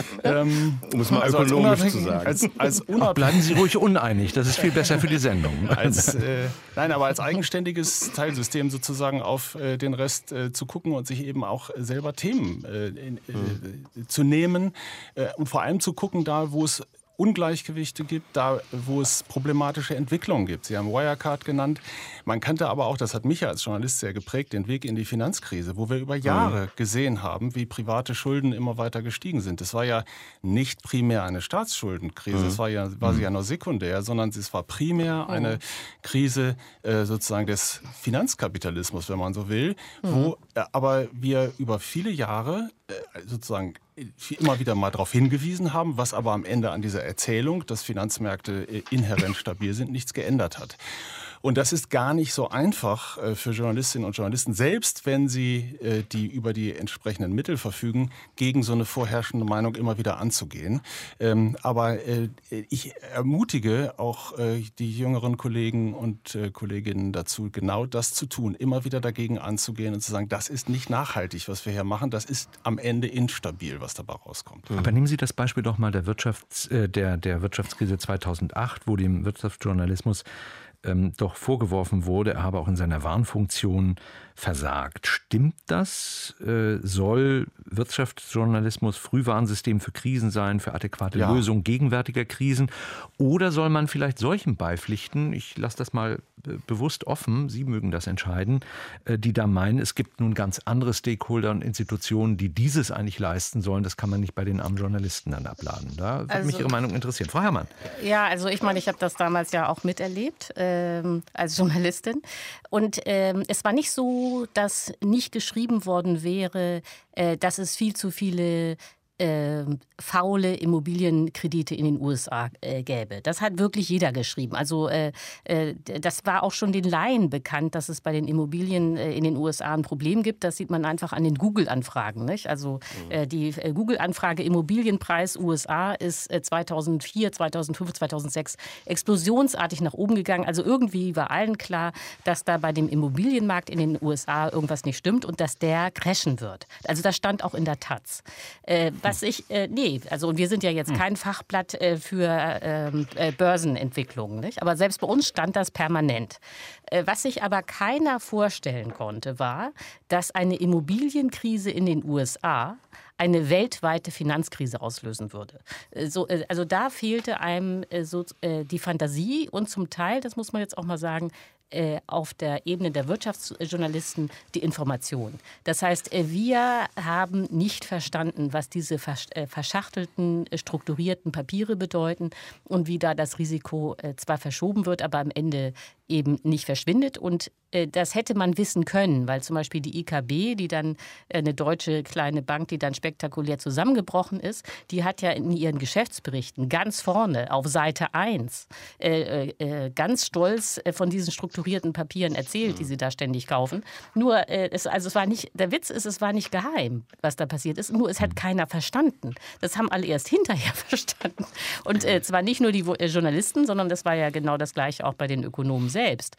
Ähm, um es mal also ökonomisch zu sagen. Als, als Ach, bleiben Sie ruhig uneinig. Das ist viel besser für die Sendung. Als, äh, nein, aber als eigenständiges Teilsystem sozusagen auf äh, den Rest äh, zu gucken und sich eben auch selber Themen äh, in, äh, mhm. zu nehmen äh, und vor allem zu gucken, da wo es Ungleichgewichte gibt, da wo es problematische Entwicklungen gibt. Sie haben Wirecard genannt. Man kannte aber auch, das hat mich als Journalist sehr geprägt, den Weg in die Finanzkrise, wo wir über Jahre gesehen haben, wie private Schulden immer weiter gestiegen sind. Das war ja nicht primär eine Staatsschuldenkrise, das war ja, war sie ja nur sekundär, sondern es war primär eine Krise äh, sozusagen des Finanzkapitalismus, wenn man so will, wo äh, aber wir über viele Jahre äh, sozusagen immer wieder mal darauf hingewiesen haben, was aber am Ende an dieser Erzählung, dass Finanzmärkte inhärent stabil sind, nichts geändert hat. Und das ist gar nicht so einfach für Journalistinnen und Journalisten, selbst wenn sie die über die entsprechenden Mittel verfügen, gegen so eine vorherrschende Meinung immer wieder anzugehen. Aber ich ermutige auch die jüngeren Kollegen und Kolleginnen dazu, genau das zu tun, immer wieder dagegen anzugehen und zu sagen, das ist nicht nachhaltig, was wir hier machen, das ist am Ende instabil, was dabei rauskommt. Aber nehmen Sie das Beispiel doch mal der, Wirtschafts-, äh, der, der Wirtschaftskrise zweitausendacht, wo dem Wirtschaftsjournalismus ähm, doch vorgeworfen wurde, er habe auch in seiner Warnfunktion versagt. Stimmt das? Äh, soll Wirtschaftsjournalismus Frühwarnsystem für Krisen sein, für adäquate ja. Lösung gegenwärtiger Krisen? Oder soll man vielleicht solchen beipflichten, ich lasse das mal äh, bewusst offen, Sie mögen das entscheiden, äh, die da meinen, es gibt nun ganz andere Stakeholder und Institutionen, die dieses eigentlich leisten sollen. Das kann man nicht bei den armen Journalisten dann abladen. Da würde also, mich Ihre Meinung interessieren. Frau Herrmann. Ja, also ich meine, ich habe das damals ja auch miterlebt ähm, als Journalistin. Und ähm, es war nicht so, dass nicht geschrieben worden wäre, äh, dass es viel zu viele äh, faule Immobilienkredite in den U S A äh, gäbe. Das hat wirklich jeder geschrieben. Also äh, äh, das war auch schon den Laien bekannt, dass es bei den Immobilien äh, in den U S A ein Problem gibt. Das sieht man einfach an den Google-Anfragen. Nicht? Also äh, die äh, Google-Anfrage Immobilienpreis U S A ist äh, zweitausendvier, zweitausendfünf, zweitausendsechs explosionsartig nach oben gegangen. Also irgendwie war allen klar, dass da bei dem Immobilienmarkt in den U S A irgendwas nicht stimmt und dass der crashen wird. Also das stand auch in der Taz. Äh, was ich, äh, nee, also und wir sind ja jetzt kein Fachblatt äh, für ähm, äh, Börsenentwicklungen, nicht? Aber selbst bei uns stand das permanent. Äh, was sich aber keiner vorstellen konnte, war, dass eine Immobilienkrise in den U S A eine weltweite Finanzkrise auslösen würde. So, also da fehlte einem so die Fantasie und zum Teil, das muss man jetzt auch mal sagen, auf der Ebene der Wirtschaftsjournalisten die Information. Das heißt, wir haben nicht verstanden, was diese verschachtelten, strukturierten Papiere bedeuten und wie da das Risiko zwar verschoben wird, aber am Ende eben nicht verschwindet. Und das hätte man wissen können, weil zum Beispiel die I K B, die dann eine deutsche kleine Bank, die dann spektakulär zusammengebrochen ist, die hat ja in ihren Geschäftsberichten ganz vorne auf Seite eins äh, äh, ganz stolz von diesen strukturierten Papieren erzählt, die sie da ständig kaufen. Nur, äh, es, also es war nicht, der Witz ist, es war nicht geheim, was da passiert ist, nur es hat keiner verstanden. Das haben alle erst hinterher verstanden. Und äh, zwar nicht nur die Journalisten, sondern das war ja genau das Gleiche auch bei den Ökonomen selbst.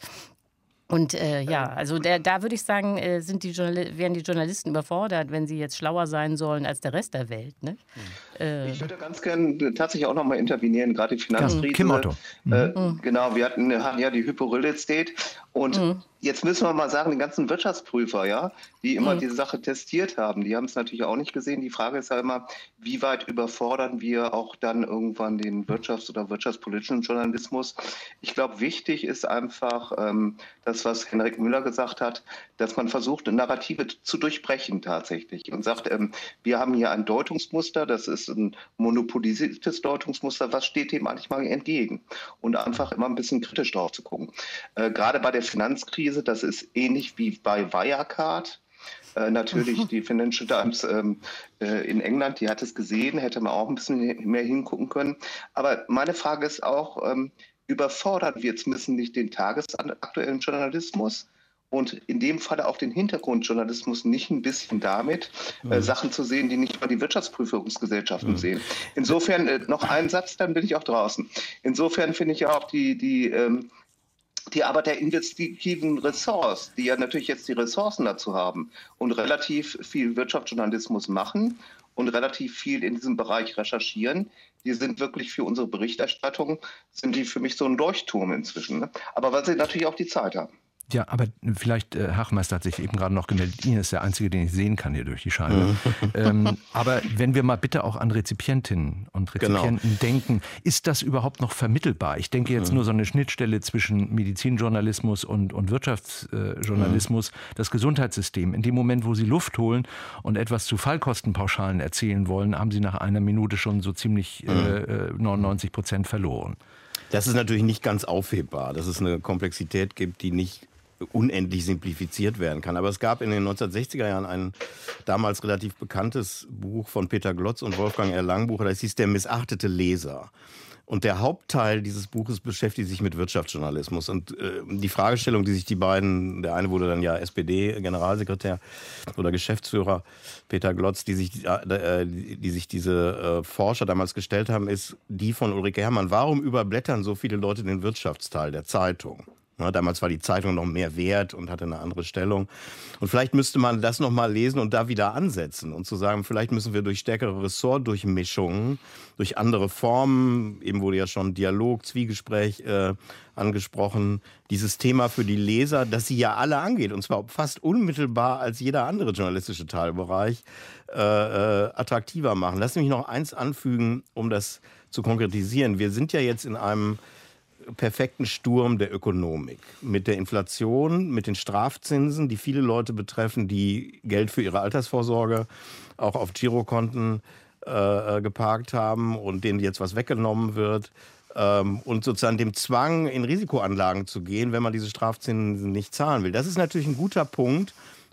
Und äh, ja, also der, da würde ich sagen, äh, sind die Journal- werden die Journalisten überfordert, wenn sie jetzt schlauer sein sollen als der Rest der Welt. Ne? Mhm. Äh, ich würde ganz gerne tatsächlich auch noch mal intervenieren, gerade die Finanzkrise. Kim Otto. Äh, Mhm. Genau, wir hatten, hatten ja die Hypo-Real-Estate und mhm. jetzt müssen wir mal sagen, die ganzen Wirtschaftsprüfer, ja, die immer mhm. diese Sache testiert haben, die haben es natürlich auch nicht gesehen. Die Frage ist ja immer, wie weit überfordern wir auch dann irgendwann den wirtschafts- oder wirtschaftspolitischen Journalismus? Ich glaube, wichtig ist einfach ähm, das, was Henrik Müller gesagt hat, dass man versucht, Narrative zu durchbrechen tatsächlich und sagt, ähm, wir haben hier ein Deutungsmuster, das ist ein monopolisiertes Deutungsmuster, was steht dem eigentlich mal entgegen? Und einfach immer ein bisschen kritisch drauf zu gucken. Äh, gerade bei der Finanzkrise, das ist ähnlich wie bei Wirecard. Äh, natürlich die Financial Times ähm, äh, in England, die hat es gesehen, hätte man auch ein bisschen mehr hingucken können. Aber meine Frage ist auch, ähm, überfordern wir jetzt müssen nicht den tagesaktuellen Journalismus und in dem Falle auch den Hintergrundjournalismus nicht ein bisschen damit, mhm. äh, Sachen zu sehen, die nicht mal die Wirtschaftsprüfungsgesellschaften mhm. sehen. Insofern, äh, noch einen Satz, dann bin ich auch draußen. Insofern finde ich auch die, die ähm, die Arbeit der investigativen Ressorts, die ja natürlich jetzt die Ressourcen dazu haben und relativ viel Wirtschaftsjournalismus machen und relativ viel in diesem Bereich recherchieren, die sind wirklich für unsere Berichterstattung, sind die für mich so ein Leuchtturm inzwischen. Ne? Aber weil sie natürlich auch die Zeit haben. Ja, aber vielleicht, äh, Hachmeister hat sich eben gerade noch gemeldet, Ihnen ist der Einzige, den ich sehen kann hier durch die Scheibe. ähm, aber wenn wir mal bitte auch an Rezipientinnen und Rezipienten genau. denken, ist das überhaupt noch vermittelbar? Ich denke jetzt mhm. nur so eine Schnittstelle zwischen Medizinjournalismus und, und Wirtschaftsjournalismus, mhm. das Gesundheitssystem. In dem Moment, wo Sie Luft holen und etwas zu Fallkostenpauschalen erzählen wollen, haben Sie nach einer Minute schon so ziemlich mhm. äh, neunundneunzig Prozent verloren. Das ist natürlich nicht ganz aufhebbar, dass es eine Komplexität gibt, die nicht unendlich simplifiziert werden kann. Aber es gab in den neunzehnhundertsechziger Jahren ein damals relativ bekanntes Buch von Peter Glotz und Wolfgang R. Langbucher, das hieß Der missachtete Leser. Und der Hauptteil dieses Buches beschäftigt sich mit Wirtschaftsjournalismus. Und äh, die Fragestellung, die sich die beiden, der eine wurde dann ja S P D-Generalsekretär oder Geschäftsführer, Peter Glotz, die sich, äh, die, die sich diese äh, Forscher damals gestellt haben, ist die von Ulrike Herrmann. Warum überblättern so viele Leute den Wirtschaftsteil der Zeitung? Ja, damals war die Zeitung noch mehr wert und hatte eine andere Stellung. Und vielleicht müsste man das noch mal lesen und da wieder ansetzen und zu sagen, vielleicht müssen wir durch stärkere Ressortdurchmischungen, durch andere Formen, eben wurde ja schon Dialog, Zwiegespräch äh, angesprochen, dieses Thema für die Leser, das sie ja alle angeht, und zwar fast unmittelbar als jeder andere journalistische Teilbereich, äh, äh, attraktiver machen. Lass mich noch eins anfügen, um das zu konkretisieren. Wir sind ja jetzt in einem perfekten Sturm der Ökonomik. Mit der Inflation, mit den Strafzinsen, die viele Leute betreffen, die Geld für ihre Altersvorsorge auch auf Girokonten äh, geparkt haben und denen jetzt was weggenommen wird. Ähm, und sozusagen dem Zwang, in Risikoanlagen zu gehen, wenn man diese Strafzinsen nicht zahlen will. Das ist natürlich ein guter Punkt,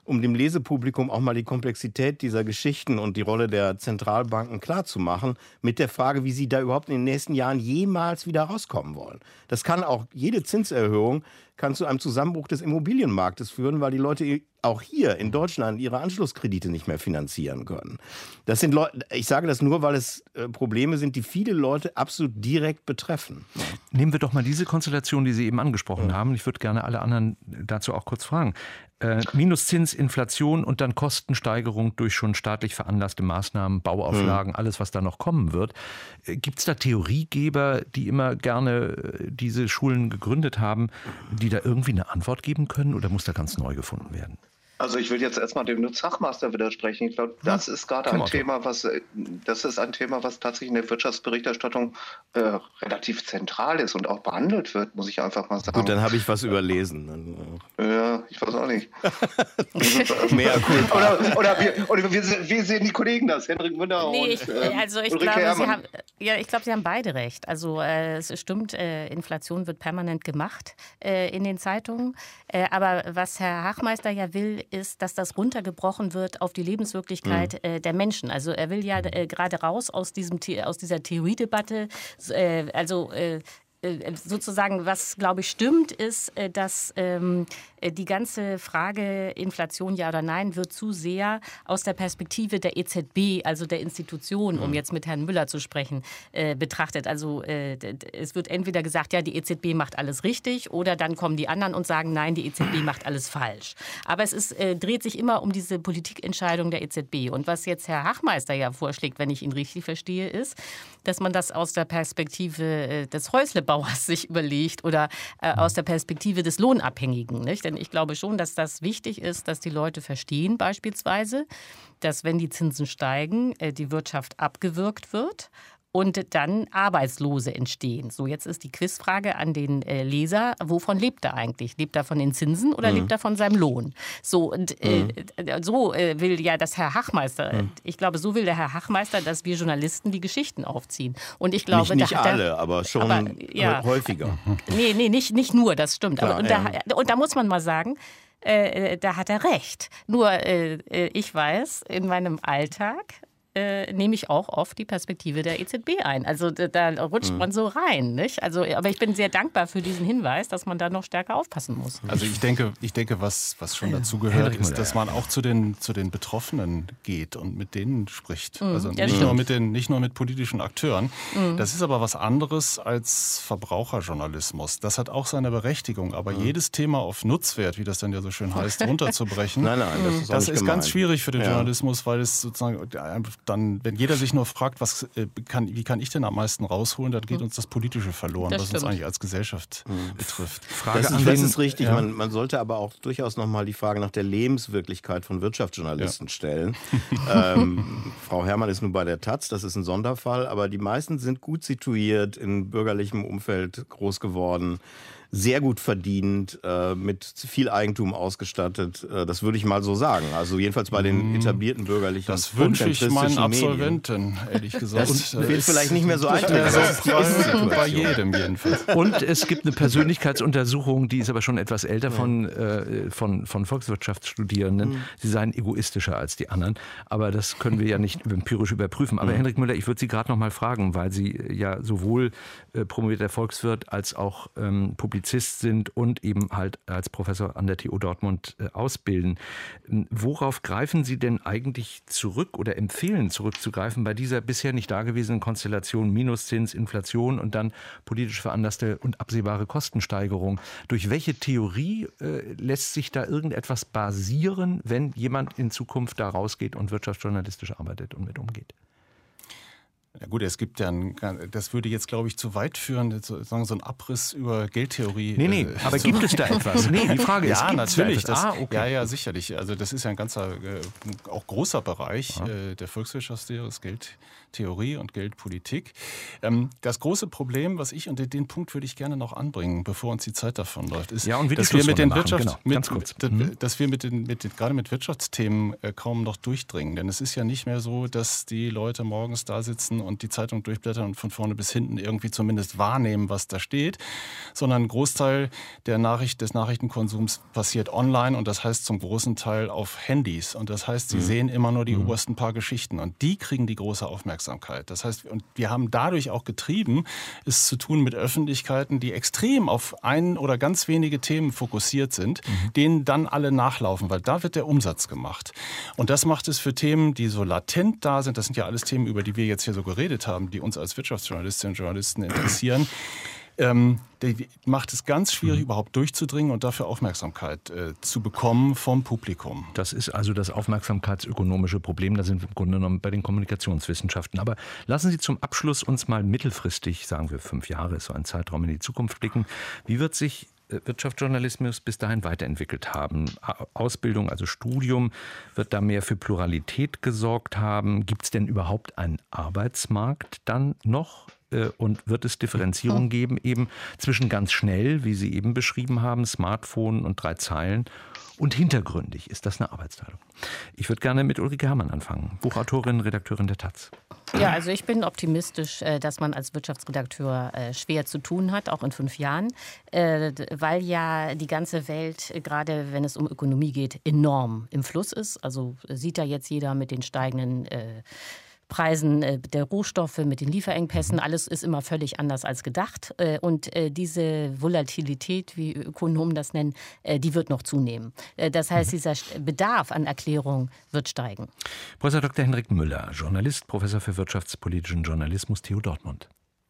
um dem Lesepublikum auch mal die Komplexität dieser Geschichten und die Rolle der Zentralbanken klarzumachen, mit der Frage, wie sie da überhaupt in den nächsten Jahren jemals wieder rauskommen wollen. Das kann auch, jede Zinserhöhung kann zu einem Zusammenbruch des Immobilienmarktes führen, weil die Leute auch hier in Deutschland ihre Anschlusskredite nicht mehr finanzieren können. Das sind Leute, ich sage das nur, weil es äh, Probleme sind, die viele Leute absolut direkt betreffen. Nehmen wir doch mal diese Konstellation, die Sie eben angesprochen ja. haben. Ich würde gerne alle anderen dazu auch kurz fragen. Äh, Minuszins, Inflation und dann Kostensteigerung durch schon staatlich veranlasste Maßnahmen, Bauauflagen, mhm. alles, was da noch kommen wird. Äh, Gibt es da Theoriegeber, die immer gerne äh, diese Schulen gegründet haben, die da irgendwie eine Antwort geben können, oder muss da ganz neu gefunden werden? Also ich will jetzt erstmal dem Nutzfachmaster widersprechen. Ich glaube, das ist gerade ein Thema, was das ist ein Thema, was tatsächlich in der Wirtschaftsberichterstattung äh, relativ zentral ist und auch behandelt wird, muss ich einfach mal sagen. Gut, dann habe ich was überlesen. Ja, ich weiß auch nicht. Mehr cool. Oder, oder, wir, oder wir, wie sehen die Kollegen das? Henrik Müller nee, und ich, ähm, also ich Ulrike glaube, Herrmann. Sie haben, ja, ich glaube, Sie haben beide recht. Also äh, es stimmt, äh, Inflation wird permanent gemacht äh, in den Zeitungen. Äh, aber was Herr Hachmeister ja will, ist, dass das runtergebrochen wird auf die Lebenswirklichkeit mhm. äh, der Menschen. Also er will ja äh, gerade raus aus, diesem, aus dieser Theoriedebatte. Äh, also äh, sozusagen, was, glaube ich, stimmt, ist, dass ähm, die ganze Frage Inflation, ja oder nein, wird zu sehr aus der Perspektive der E Z B, also der Institution, um jetzt mit Herrn Müller zu sprechen, äh, betrachtet. Also äh, es wird entweder gesagt, ja, die E Z B macht alles richtig, oder dann kommen die anderen und sagen, nein, die E Z B macht alles falsch. Aber es ist, äh, dreht sich immer um diese Politikentscheidung der E Z B. Und was jetzt Herr Hachmeister ja vorschlägt, wenn ich ihn richtig verstehe, ist, dass man das aus der Perspektive äh, des Häuslebauers sich überlegt oder äh, aus der Perspektive des Lohnabhängigen. Nicht? Denn ich glaube schon, dass das wichtig ist, dass die Leute verstehen beispielsweise, dass wenn die Zinsen steigen, äh, die Wirtschaft abgewürgt wird und dann Arbeitslose entstehen. So, jetzt ist die Quizfrage an den äh, Leser, wovon lebt er eigentlich? Lebt er von den Zinsen oder mhm. lebt er von seinem Lohn? So, und äh, mhm. so äh, will ja das Herr Hachmeister, mhm. ich glaube, so will der Herr Hachmeister, dass wir Journalisten die Geschichten aufziehen. Und ich glaube, nicht, nicht da alle, er, aber schon aber, ja, häufiger. Nee, nee, nicht, nicht nur, das stimmt. Klar, aber, und, ja. da, und da muss man mal sagen, äh, da hat er recht. Nur, äh, ich weiß, in meinem Alltag Äh, nehme ich auch oft die Perspektive der E Z B ein. Also da, da rutscht mhm. man so rein. Nicht? Also, aber ich bin sehr dankbar für diesen Hinweis, dass man da noch stärker aufpassen muss. Also ich denke, ich denke was, was schon dazu gehört, ist, dass man auch zu den, zu den Betroffenen geht und mit denen spricht. Mhm. Also Ja, nicht, stimmt. nur mit den, nicht nur mit politischen Akteuren. Mhm. Das ist aber was anderes als Verbraucherjournalismus. Das hat auch seine Berechtigung. Aber Mhm. jedes Thema auf Nutzwert, wie das dann ja so schön heißt, runterzubrechen, Nein, nein, das ist auch das nicht ist gemeint. ganz schwierig für den Ja. Journalismus, weil es sozusagen dann, wenn jeder sich nur fragt, was äh, kann, wie kann ich denn am meisten rausholen, dann geht uns das Politische verloren, Das was uns stimmt. eigentlich als Gesellschaft Mhm. betrifft. Frage Das an ist, das den- ist richtig. ja. Man, man sollte aber auch durchaus noch mal die Frage nach der Lebenswirklichkeit von Wirtschaftsjournalisten stellen. ähm, Frau Herrmann ist nun bei der Taz, das ist ein Sonderfall, aber die meisten sind gut situiert, in bürgerlichem Umfeld groß geworden, sehr gut verdient, äh, mit viel Eigentum ausgestattet. Äh, das würde ich mal so sagen. Also jedenfalls bei den etablierten bürgerlichen Das wünsche ich meinen zentristischen Medien. Absolventen, ehrlich gesagt. Das wird Ist- vielleicht nicht mehr so äh, eintreten. so Das ist die bei, Ist-Situation. bei jedem jedenfalls. Und es gibt eine Persönlichkeitsuntersuchung, die ist aber schon etwas älter, von, äh, von, von Volkswirtschaftsstudierenden. Mhm. Sie seien egoistischer als die anderen, aber das können wir ja nicht empirisch überprüfen. Aber Mhm. Henrik Müller, ich würde Sie gerade noch mal fragen, weil Sie ja sowohl äh, promovierter Volkswirt als auch ähm, Publizist sind und eben halt als Professor an der T U Dortmund äh, ausbilden. Worauf greifen Sie denn eigentlich zurück oder empfehlen zurückzugreifen bei dieser bisher nicht dagewesenen Konstellation Minuszins, Inflation und dann politisch veranlasste und absehbare Kostensteigerung? Durch welche Theorie äh, lässt sich da irgendetwas basieren, wenn jemand in Zukunft da rausgeht und wirtschaftsjournalistisch arbeitet und mit umgeht? Ja gut, es gibt ja, ein, das würde jetzt, glaube ich, zu weit führen, sozusagen so ein Abriss über Geldtheorie. Nee, nee, äh, aber so. gibt es da etwas? Nee, die Frage ist, ja, gibt es da natürlich. etwas? Das, Ah, okay. Ja, ja, sicherlich. Also das ist ja ein ganzer, äh, auch großer Bereich Ja. äh, der Volkswirtschaftslehre, ist Geldtheorie und Geldpolitik. Ähm, das große Problem, was ich, und den Punkt würde ich gerne noch anbringen, bevor uns die Zeit davonläuft, ist, Ja, und wie die dass wir mit den Schlussrunde machen, Wirtschafts, genau, ganz mit, kurz. mit, Mhm. dass wir mit den, mit den, gerade mit Wirtschaftsthemen äh, kaum noch durchdringen. Denn es ist ja nicht mehr so, dass die Leute morgens da sitzen und die Zeitung durchblättern und von vorne bis hinten irgendwie zumindest wahrnehmen, was da steht, sondern ein Großteil der Nachricht, des Nachrichtenkonsums passiert online und das heißt zum großen Teil auf Handys. Und das heißt, sie mhm. sehen immer nur die mhm. obersten paar Geschichten und die kriegen die große Aufmerksamkeit. Das heißt, und wir haben dadurch auch getrieben, es zu tun mit Öffentlichkeiten, die extrem auf ein oder ganz wenige Themen fokussiert sind, mhm. denen dann alle nachlaufen, weil da wird der Umsatz gemacht. Und das macht es für Themen, die so latent da sind, das sind ja alles Themen, über die wir jetzt hier so geredet haben, die uns als Wirtschaftsjournalistinnen und Journalisten interessieren, ähm, die macht es ganz schwierig, mhm. überhaupt durchzudringen und dafür Aufmerksamkeit äh, zu bekommen vom Publikum. Das ist also das aufmerksamkeitsökonomische Problem. Da sind wir im Grunde genommen bei den Kommunikationswissenschaften. Aber lassen Sie zum Abschluss uns mal mittelfristig, sagen wir fünf Jahre, ist so ein Zeitraum, in die Zukunft blicken. Wie wird sich Wirtschaftsjournalismus bis dahin weiterentwickelt haben? Ausbildung, also Studium, wird da mehr für Pluralität gesorgt haben? Gibt es denn überhaupt einen Arbeitsmarkt dann noch? Und wird es Differenzierung geben, eben zwischen ganz schnell, wie Sie eben beschrieben haben, Smartphone und drei Zeilen, und hintergründig? Ist das eine Arbeitsteilung? Ich würde gerne mit Ulrike Herrmann anfangen, Buchautorin, Redakteurin der Taz. Ja, also ich bin optimistisch, dass man als Wirtschaftsredakteur schwer zu tun hat, auch in fünf Jahren, weil ja die ganze Welt, gerade wenn es um Ökonomie geht, enorm im Fluss ist. Also sieht da jetzt jeder mit den steigenden Preisen der Rohstoffe, mit den Lieferengpässen. Alles ist immer völlig anders als gedacht. Und diese Volatilität, wie Ökonomen das nennen, die wird noch zunehmen. Das heißt, dieser Bedarf an Erklärung wird steigen. Professor Doktor Henrik Müller, Journalist, Professor für wirtschaftspolitischen Journalismus, T U Dortmund.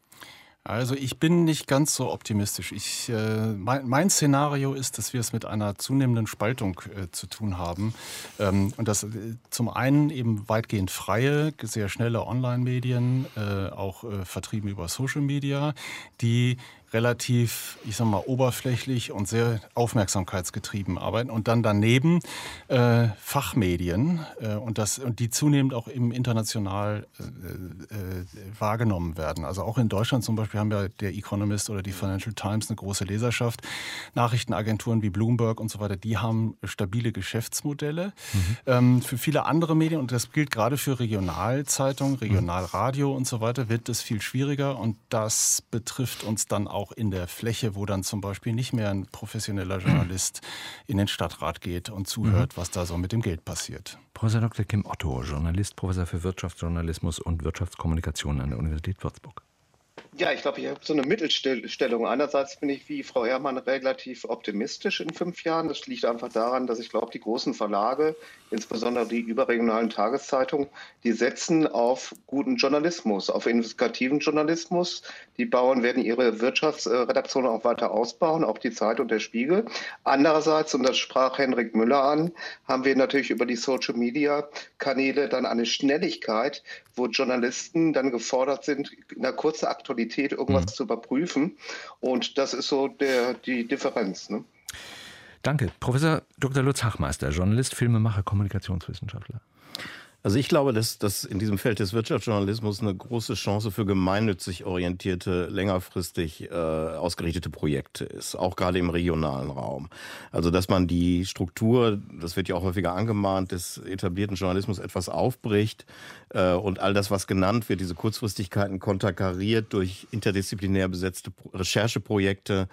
Also ich bin nicht ganz so optimistisch. Ich, äh, mein, mein Szenario ist, dass wir es mit einer zunehmenden Spaltung äh, zu tun haben. Ähm, und das äh, zum einen eben weitgehend freie, sehr schnelle Online-Medien, äh, auch äh, vertrieben über Social Media, die relativ, ich sag mal, oberflächlich und sehr aufmerksamkeitsgetrieben arbeiten. Und dann daneben äh, Fachmedien äh, und, das, und die zunehmend auch eben international äh, äh, wahrgenommen werden. Also auch in Deutschland zum Beispiel haben ja der Economist oder die Financial Times eine große Leserschaft. Nachrichtenagenturen wie Bloomberg und so weiter, die haben stabile Geschäftsmodelle. Mhm. Ähm, für viele andere Medien, und das gilt gerade für Regionalzeitungen, Regionalradio und so weiter, wird es viel schwieriger. Und das betrifft uns dann auch auch in der Fläche, wo dann zum Beispiel nicht mehr ein professioneller Journalist in den Stadtrat geht und zuhört, was da so mit dem Geld passiert. Professor Doktor Kim Otto, Journalist, Professor für Wirtschaftsjournalismus und Wirtschaftskommunikation an der Universität Würzburg. Ja, ich glaube, ich habe so eine Mittelstellung. Einerseits bin ich wie Frau Herrmann relativ optimistisch in fünf Jahren. Das liegt einfach daran, dass ich glaube, die großen Verlage, insbesondere die überregionalen Tageszeitungen, die setzen auf guten Journalismus, auf investigativen Journalismus. Die Bauern werden ihre Wirtschaftsredaktionen auch weiter ausbauen, auch die Zeit und der Spiegel. Andererseits, und das sprach Henrik Müller an, haben wir natürlich über die Social-Media-Kanäle dann eine Schnelligkeit, wo Journalisten dann gefordert sind, in einer kurzen Aktualität irgendwas mhm. zu überprüfen. Und das ist so der, die Differenz. Ne? Danke. Professor Doktor Lutz Hachmeister, Journalist, Filmemacher, Kommunikationswissenschaftler. Also ich glaube, dass das in diesem Feld des Wirtschaftsjournalismus eine große Chance für gemeinnützig orientierte, längerfristig äh, ausgerichtete Projekte ist, auch gerade im regionalen Raum. Also dass man die Struktur, das wird ja auch häufiger angemahnt, des etablierten Journalismus etwas aufbricht äh, und all das, was genannt wird, diese Kurzfristigkeiten konterkariert durch interdisziplinär besetzte Rechercheprojekte,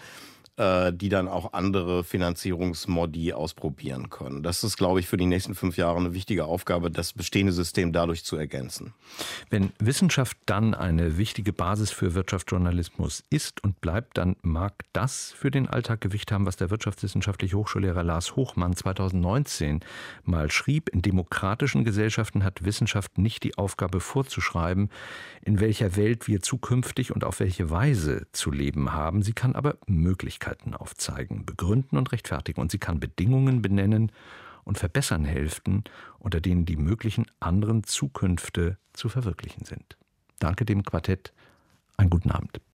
die dann auch andere Finanzierungsmodi ausprobieren können. Das ist, glaube ich, für die nächsten fünf Jahre eine wichtige Aufgabe, das bestehende System dadurch zu ergänzen. Wenn Wissenschaft dann eine wichtige Basis für Wirtschaftsjournalismus ist und bleibt, dann mag das für den Alltag Gewicht haben, was der wirtschaftswissenschaftliche Hochschullehrer Lars Hochmann zweitausendneunzehn mal schrieb: In demokratischen Gesellschaften hat Wissenschaft nicht die Aufgabe vorzuschreiben, in welcher Welt wir zukünftig und auf welche Weise zu leben haben. Sie kann aber Möglichkeiten aufzeigen, begründen und rechtfertigen. Und sie kann Bedingungen benennen und verbessern helfen, unter denen die möglichen anderen Zukünfte zu verwirklichen sind. Danke dem Quartett. Einen guten Abend.